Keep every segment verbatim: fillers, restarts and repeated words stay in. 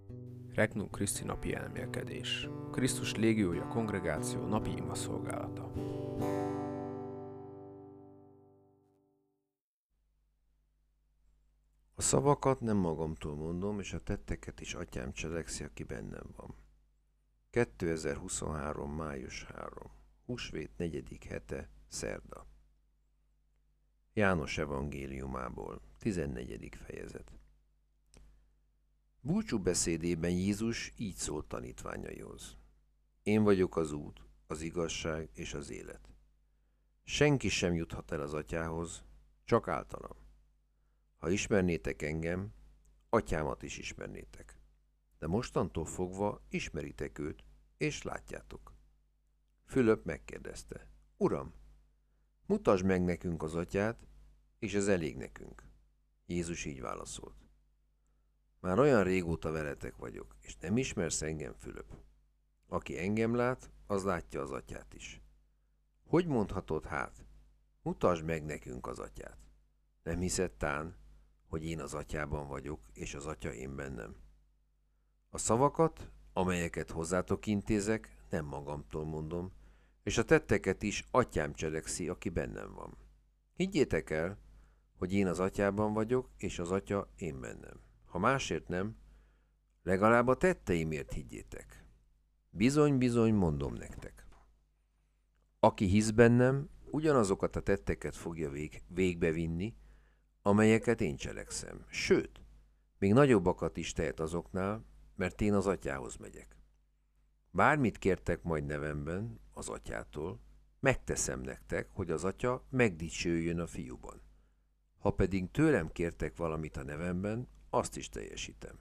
Regnum Christi napi elmélkedés. Krisztus légiója kongregáció napi ima szolgálata. A szavakat nem magamtól mondom, és a tetteket is atyám cselekszi, aki bennem van. kétezer-huszonhárom. május harmadika. Húsvét negyedik hete, szerda. János evangéliumából, tizennegyedik fejezet. Búcsú beszédében Jézus így szólt tanítványaihoz. Én vagyok az út, az igazság és az élet. Senki sem juthat el az atyához, csak általam. Ha ismernétek engem, atyámat is ismernétek. De mostantól fogva ismeritek őt, és látjátok. Fülöp megkérdezte, Uram, mutasd meg nekünk az atyát, és ez elég nekünk. Jézus így válaszolt. Már olyan régóta veletek vagyok, és nem ismersz engem, Fülöp. Aki engem lát, az látja az atyát is. Hogy mondhatod hát? Mutasd meg nekünk az atyát. Nem hiszed tán, hogy én az atyában vagyok, és az atya én bennem? A szavakat, amelyeket hozzátok intézek, nem magamtól mondom, és a tetteket is atyám cselekszi, aki bennem van. Higgyétek el, hogy én az atyában vagyok, és az atya én bennem. Ha másért nem, legalább a tetteimért higgyétek. Bizony-bizony mondom nektek. Aki hisz bennem, ugyanazokat a tetteket fogja vég, végbevinni, amelyeket én cselekszem. Sőt, még nagyobbakat is tehet azoknál, mert én az atyához megyek. Bármit kértek majd nevemben az atyától, megteszem nektek, hogy az atya megdicsőjön a fiúban. Ha pedig tőlem kértek valamit a nevemben, azt is teljesítem.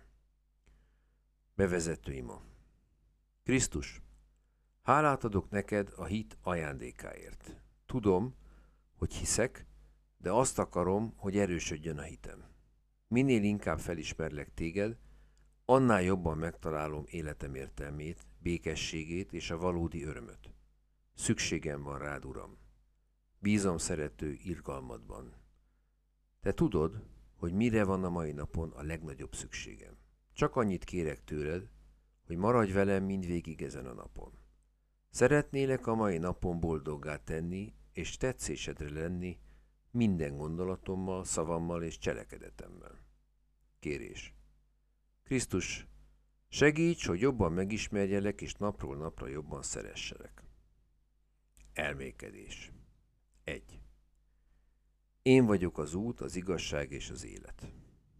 Bevezető ima. Krisztus, hálát adok neked a hit ajándékáért. Tudom, hogy hiszek, de azt akarom, hogy erősödjön a hitem. Minél inkább felismerlek téged, annál jobban megtalálom életem értelmét, békességét és a valódi örömöt. Szükségem van rád, Uram. Bízom szerető irgalmadban. Te tudod, hogy mire van a mai napon a legnagyobb szükségem. Csak annyit kérek tőled, hogy maradj velem mindvégig ezen a napon. Szeretnélek a mai napon boldoggá tenni, és tetszésedre lenni minden gondolatommal, szavammal és cselekedetemmel. Kérés. Krisztus, segíts, hogy jobban megismerjelek, és napról napra jobban szeresselek. Elmékedés. egy. Én vagyok az út, az igazság és az élet.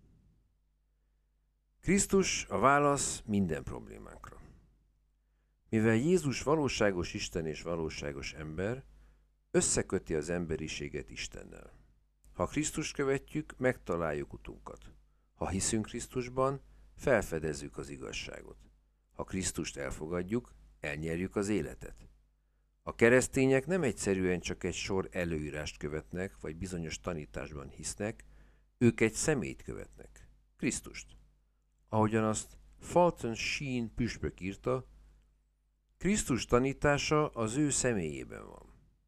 Krisztus a válasz minden problémánkra. Mivel Jézus valóságos Isten és valóságos ember, összeköti az emberiséget Istennel. Ha Krisztust követjük, megtaláljuk utunkat. Ha hiszünk Krisztusban, felfedezzük az igazságot. Ha Krisztust elfogadjuk, elnyerjük az életet. A keresztények nem egyszerűen csak egy sor előírást követnek, vagy bizonyos tanításban hisznek, ők egy személyt követnek, Krisztust. Ahogyan azt Fulton Sheen püspök írta, Krisztus tanítása az ő személyében van.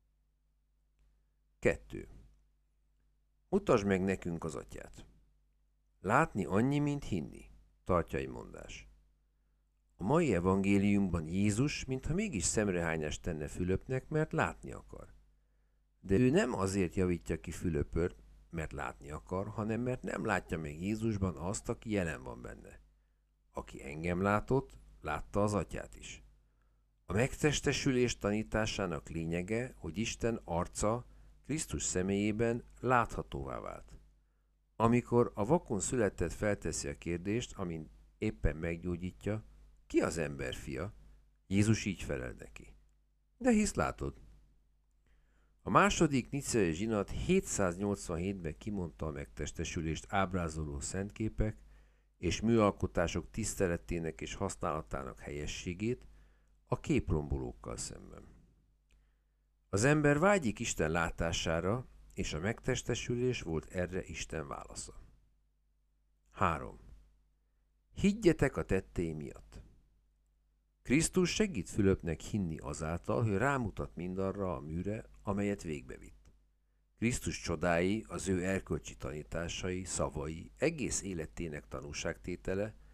kettő. Mutasd meg nekünk az atyát. Látni annyi, mint hinni, tartja egy mondás. A mai evangéliumban Jézus mintha mégis szemrehányást tenne Fülöpnek, mert látni akar. De ő nem azért javítja ki Fülöpöt, mert látni akar, hanem mert nem látja meg Jézusban azt, aki jelen van benne. Aki engem látott, látta az atyát is. A megtestesülés tanításának lényege, hogy Isten arca Krisztus személyében láthatóvá vált. Amikor a vakon született felteszi a kérdést, amint éppen meggyógyítja, ki az ember fia? Jézus így felel neki. De hisz látod. A második nicei zsinat hétszáznyolcvanhétben kimondta a megtestesülést ábrázoló szentképek és műalkotások tiszteletének és használatának helyességét a képrombolókkal szemben. Az ember vágyik Isten látására, és a megtestesülés volt erre Isten válasza. három. Higgyetek a tettei miatt. Krisztus segít Fülöpnek hinni azáltal, hogy rámutat mindarra a műre, amelyet végbevitt. Krisztus csodái, az ő erkölcsi tanításai, szavai, egész életének tanúságtétele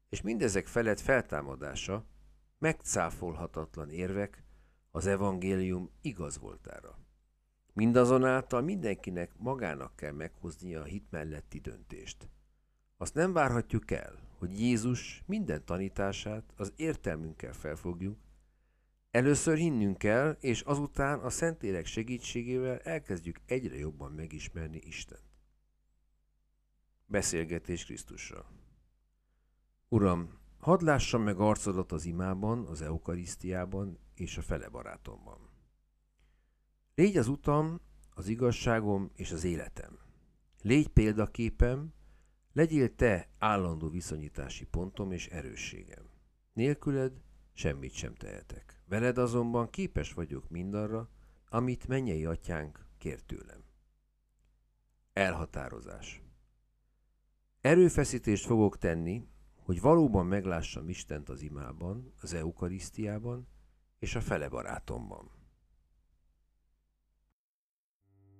És mindezek felett feltámadása, megcáfolhatatlan érvek az evangélium igaz voltára. Mindazonáltal mindenkinek magának kell meghoznia a hit melletti döntést. Azt nem várhatjuk el, hogy Jézus minden tanítását az értelmünkkel felfogjuk, először hinnünk kell, és azután a Szentlélek segítségével elkezdjük egyre jobban megismerni Istent. Beszélgetés Krisztussal. Uram, hadd lássam meg arcodat az imában, az eukarisztiában és a fele barátomban. Légy az utam, az igazságom és az életem. Légy példaképem, legyél te állandó viszonyítási pontom és erősségem. Nélküled semmit sem tehetek. Veled azonban képes vagyok mindarra, amit mennyei atyánk kér tőlem. Elhatározás. Erőfeszítést fogok tenni, hogy valóban meglássam Istent az imában, az eukarisztiában és a fele barátomban.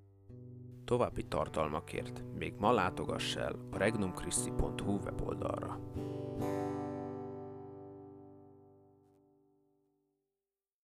További tartalmakért még ma látogass el a regnum christi pont hu weboldalra.